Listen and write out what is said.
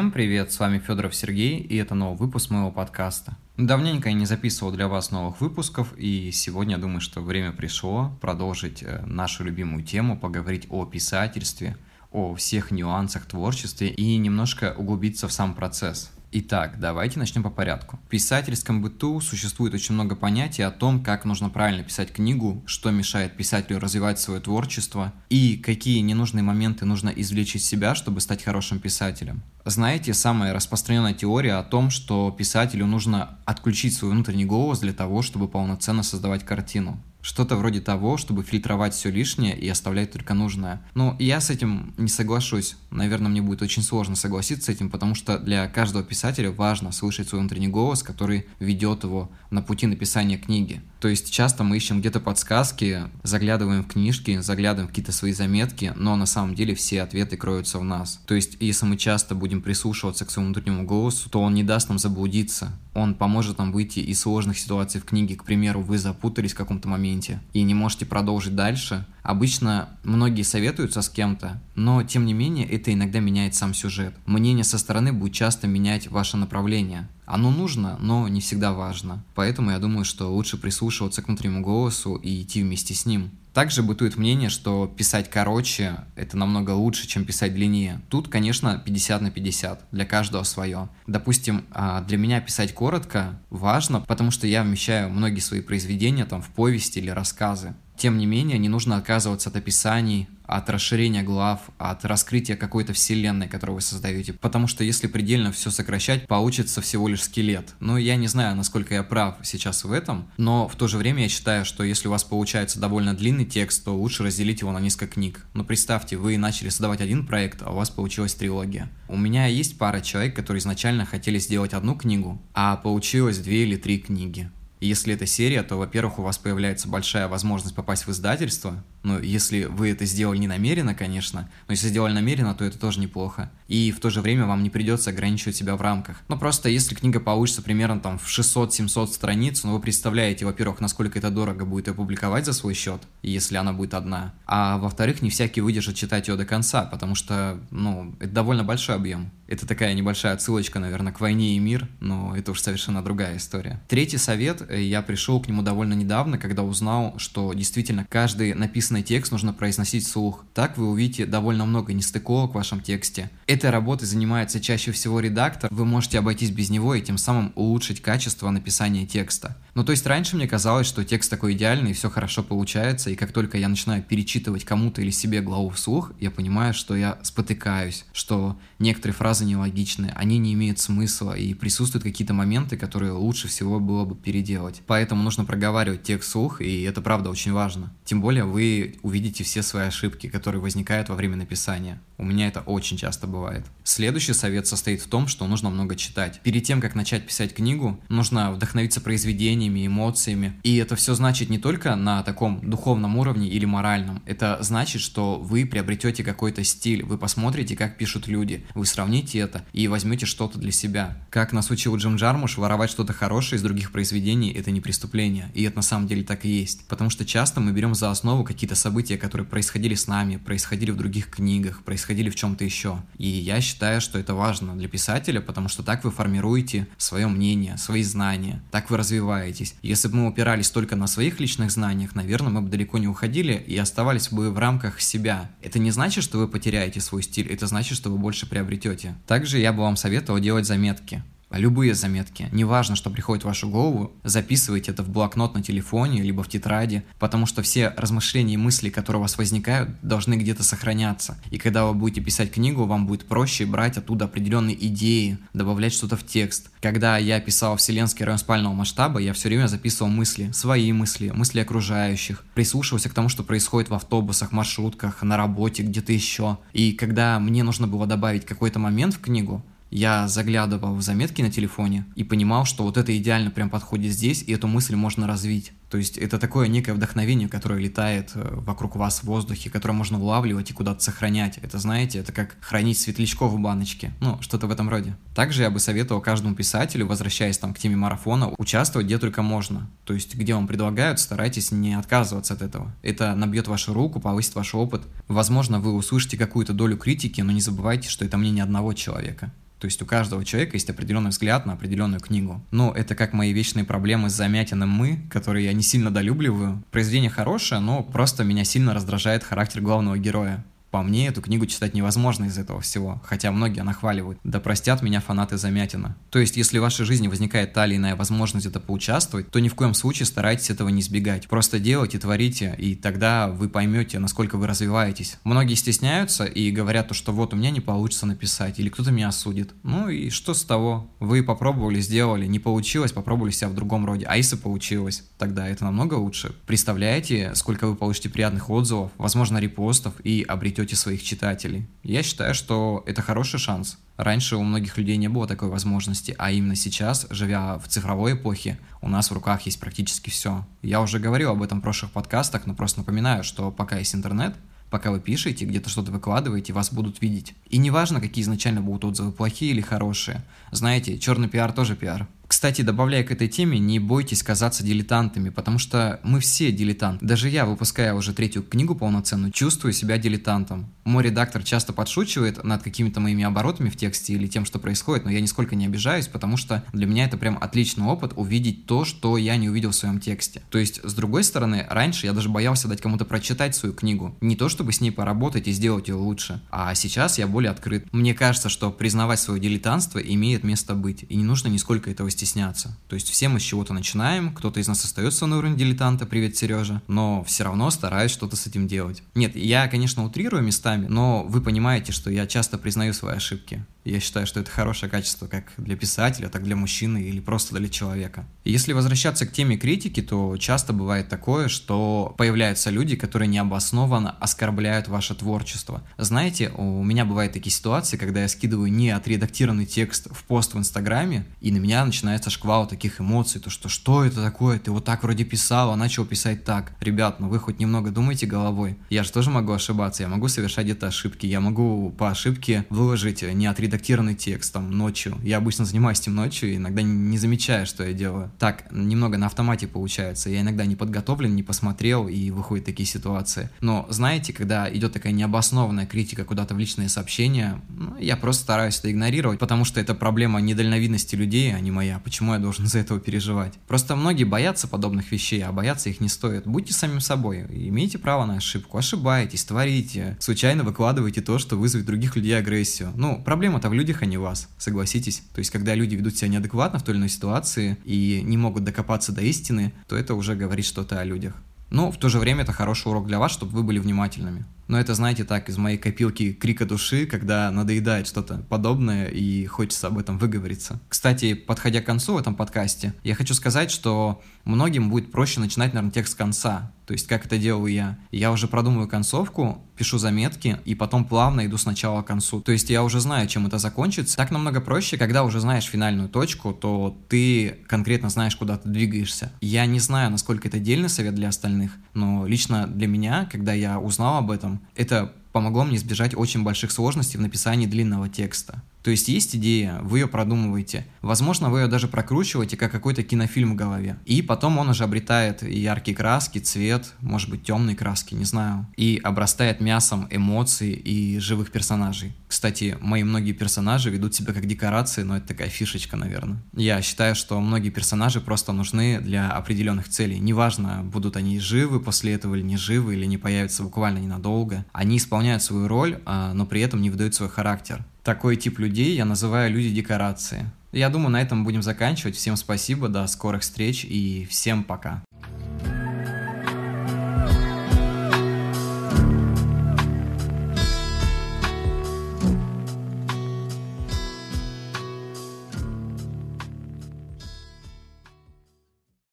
Всем привет, с вами Федоров Сергей, и это новый выпуск моего подкаста. Давненько я не записывал для вас новых выпусков, и сегодня я думаю, что время пришло продолжить нашу любимую тему, поговорить о писательстве, о всех нюансах творчества и немножко углубиться в сам процесс. Итак, давайте начнем по порядку. В писательском быту существует очень много понятий о том, как нужно правильно писать книгу, что мешает писателю развивать свое творчество и какие ненужные моменты нужно извлечь из себя, чтобы стать хорошим писателем. Знаете, самая распространенная теория о том, что писателю нужно отключить свой внутренний голос для того, чтобы полноценно создавать картину. Что-то вроде того, чтобы фильтровать все лишнее и оставлять только нужное. Но я с этим не соглашусь. Наверное, мне будет очень сложно согласиться с этим, потому что для каждого писателя важно слышать свой внутренний голос, который ведет его на пути написания книги. То есть часто мы ищем где-то подсказки, заглядываем в книжки, заглядываем в какие-то свои заметки, но на самом деле все ответы кроются в нас. То есть если мы часто будем прислушиваться к своему внутреннему голосу, то он не даст нам заблудиться. Он поможет нам выйти из сложных ситуаций в книге. К примеру, вы запутались в каком-то моменте и не можете продолжить дальше. Обычно многие советуются с кем-то, но тем не менее это иногда меняет сам сюжет. Мнение со стороны будет часто менять ваше направление. Оно нужно, но не всегда важно. Поэтому я думаю, что лучше прислушиваться к внутреннему голосу и идти вместе с ним. Также бытует мнение, что писать короче – это намного лучше, чем писать длиннее. Тут, конечно, 50 на 50, для каждого свое. Допустим, для меня писать коротко важно, потому что я вмещаю многие свои произведения там, в повести или рассказы. Тем не менее, не нужно отказываться от описаний, от расширения глав, от раскрытия какой-то вселенной, которую вы создаете. Потому что если предельно все сокращать, получится всего лишь скелет. Но я не знаю, насколько я прав сейчас в этом, но в то же время я считаю, что если у вас получается довольно длинный текст, то лучше разделить его на несколько книг. Но представьте, вы начали создавать один проект, а у вас получилась трилогия. У меня есть пара человек, которые изначально хотели сделать одну книгу, а получилось 2 или 3 книги. Если это серия, то, во-первых, у вас появляется большая возможность попасть в издательство. Ну, если вы это сделали не намеренно, конечно, но если сделали намеренно, то это тоже неплохо. И в то же время вам не придется ограничивать себя в рамках. Но просто если книга получится примерно там в 600-700 страниц, ну вы представляете, во-первых, насколько это дорого будет ее публиковать за свой счет, если она будет одна. А во-вторых, не всякий выдержит читать ее до конца, потому что, это довольно большой объем. Это такая небольшая отсылочка, наверное, к «Войне и мир», но это уж совершенно другая история. Третий совет, я пришел к нему довольно недавно, когда узнал, что действительно каждый написанный текст нужно произносить вслух. Так вы увидите довольно много нестыковок в вашем тексте. Этой работой занимается чаще всего редактор, вы можете обойтись без него и тем самым улучшить качество написания текста. Ну то есть раньше мне казалось, что текст такой идеальный, и все хорошо получается, и как только я начинаю перечитывать кому-то или себе главу вслух, я понимаю, что я спотыкаюсь, что некоторые фразы нелогичны, они не имеют смысла, и присутствуют какие-то моменты, которые лучше всего было бы переделать. Поэтому нужно проговаривать текст вслух, и это правда очень важно. Тем более вы увидите все свои ошибки, которые возникают во время написания. У меня это очень часто бывает. Следующий совет состоит в том, что нужно много читать. Перед тем, как начать писать книгу, нужно вдохновиться произведениями, эмоциями. И это все значит не только на таком духовном уровне или моральном. Это значит, что вы приобретете какой-то стиль, вы посмотрите, как пишут люди, вы сравните это и возьмете что-то для себя. Как нас учил Джим Джармуш, воровать что-то хорошее из других произведений – это не преступление. И это на самом деле так и есть. Потому что часто мы берем за основу какие-то события, которые происходили с нами, происходили в других книгах, происходили в чем-то еще. И я считаю, что это важно для писателя, потому что так вы формируете свое мнение, свои знания, так вы развиваетесь. Если бы мы упирались только на своих личных знаниях, наверное, мы бы далеко не уходили и оставались бы в рамках себя. Это не значит, что вы потеряете свой стиль, это значит, что вы больше приобретете. Также я бы вам советовал делать заметки. Любые заметки. Неважно, что приходит в вашу голову, записывайте это в блокнот на телефоне, либо в тетради, потому что все размышления и мысли, которые у вас возникают, должны где-то сохраняться. И когда вы будете писать книгу, вам будет проще брать оттуда определенные идеи, добавлять что-то в текст. Когда я писал «Вселенский район спального масштаба», я все время записывал мысли, свои мысли, мысли окружающих, прислушивался к тому, что происходит в автобусах, маршрутках, на работе, где-то еще. И когда мне нужно было добавить какой-то момент в книгу, я заглядывал в заметки на телефоне и понимал, что вот это идеально прям подходит здесь, и эту мысль можно развить. То есть это такое некое вдохновение, которое летает вокруг вас в воздухе, которое можно улавливать и куда-то сохранять. Это, знаете, это как хранить светлячков в баночке. Что-то в этом роде. Также я бы советовал каждому писателю, возвращаясь к теме марафона, участвовать где только можно. То есть где вам предлагают, старайтесь не отказываться от этого. Это набьет вашу руку, повысит ваш опыт. Возможно, вы услышите какую-то долю критики, но не забывайте, что это мнение одного человека. То есть у каждого человека есть определенный взгляд на определенную книгу. Но это как мои вечные проблемы с Замятиным «Мы», которые я не сильно долюбливаю. Произведение хорошее, но просто меня сильно раздражает характер главного героя. По мне, эту книгу читать невозможно из этого всего, хотя многие нахваливают. Да простят меня фанаты Замятина. То есть, если в вашей жизни возникает та или иная возможность где-то поучаствовать, то ни в коем случае старайтесь этого не избегать. Просто делайте, творите, и тогда вы поймете, насколько вы развиваетесь. Многие стесняются и говорят, что вот у меня не получится написать, или кто-то меня осудит. Ну и что с того? Вы попробовали, сделали, не получилось, попробовали себя в другом роде. А если получилось, тогда это намного лучше. Представляете, сколько вы получите приятных отзывов, возможно, репостов и обретете своих читателей. Я считаю, что это хороший шанс. Раньше у многих людей не было такой возможности, а именно сейчас, живя в цифровой эпохе, у нас в руках есть практически все. Я уже говорил об этом в прошлых подкастах, но просто напоминаю, что пока есть интернет, пока вы пишете, где-то что-то выкладываете, вас будут видеть. И неважно, какие изначально будут отзывы, плохие или хорошие. Знаете, черный пиар тоже пиар. Кстати, добавляя к этой теме, не бойтесь казаться дилетантами, потому что мы все дилетанты. Даже я, выпуская уже 3-ю книгу полноценную, чувствую себя дилетантом. Мой редактор часто подшучивает над какими-то моими оборотами в тексте или тем, что происходит, но я нисколько не обижаюсь, потому что для меня это прям отличный опыт увидеть то, что я не увидел в своем тексте. То есть, с другой стороны, раньше я даже боялся дать кому-то прочитать свою книгу. Не то, чтобы с ней поработать и сделать ее лучше, а сейчас я более открыт. Мне кажется, что признавать свое дилетантство имеет место быть, и не нужно нисколько этого стесняться. То есть все мы с чего-то начинаем, кто-то из нас остается на уровне дилетанта, привет, Сережа, но все равно стараюсь что-то с этим делать. Нет, я, конечно, утрирую местами, но вы понимаете, что я часто признаю свои ошибки. Я считаю, что это хорошее качество как для писателя, так и для мужчины или просто для человека. И если возвращаться к теме критики, то часто бывает такое, что появляются люди, которые необоснованно оскорбляют ваше творчество. Знаете, у меня бывают такие ситуации, когда я скидываю не отредактированный текст в пост в Инстаграме, и на меня начинается шквал таких эмоций, то что это такое, ты вот так вроде писал, а начал писать так. Ребят, ну вы хоть немного думайте головой. Я же тоже могу ошибаться, я могу совершать где-то ошибки, я могу по ошибке выложить неотредактированный текст там ночью. Я обычно занимаюсь этим ночью и иногда не замечаю, что я делаю. Так, немного на автомате получается. Я иногда не подготовлен, не посмотрел, и выходят такие ситуации. Но знаете, когда идет такая необоснованная критика куда-то в личные сообщения, я просто стараюсь это игнорировать, потому что это проблема недальновидности людей, а не моя. Почему я должен из-за этого переживать? Просто многие боятся подобных вещей, а бояться их не стоит. Будьте самим собой, имейте право на ошибку, ошибайтесь, творите, случайно выкладывайте то, что вызовет других людей агрессию. Проблема-то в людях, а не вас, согласитесь. То есть, когда люди ведут себя неадекватно в той или иной ситуации и не могут докопаться до истины, то это уже говорит что-то о людях. Но в то же время это хороший урок для вас, чтобы вы были внимательными. Но это, знаете, так, из моей копилки крика души, когда надоедает что-то подобное и хочется об этом выговориться. Кстати, подходя к концу в этом подкасте, я хочу сказать, что многим будет проще начинать, наверное, текст с конца. То есть, как это делаю я. Я уже продумываю концовку, пишу заметки, и потом плавно иду сначала к концу. То есть, я уже знаю, чем это закончится. Так намного проще, когда уже знаешь финальную точку, то ты конкретно знаешь, куда ты двигаешься. Я не знаю, насколько это дельный совет для остальных, но лично для меня, когда я узнал об этом, это помогло мне избежать очень больших сложностей в написании длинного текста. То есть идея, вы ее продумываете. Возможно, вы ее даже прокручиваете, как какой-то кинофильм в голове. И потом он уже обретает яркие краски, цвет, может быть, темные краски, не знаю. И обрастает мясом эмоций и живых персонажей. Кстати, мои многие персонажи ведут себя как декорации, но это такая фишечка, наверное. Я считаю, что многие персонажи просто нужны для определенных целей. Неважно, будут они живы после этого или не живы, или не появятся буквально ненадолго. Они исполняют свою роль, но при этом не выдают свой характер. Такой тип людей я называю люди-декорации. Я думаю, на этом будем заканчивать. Всем спасибо, до скорых встреч и всем пока.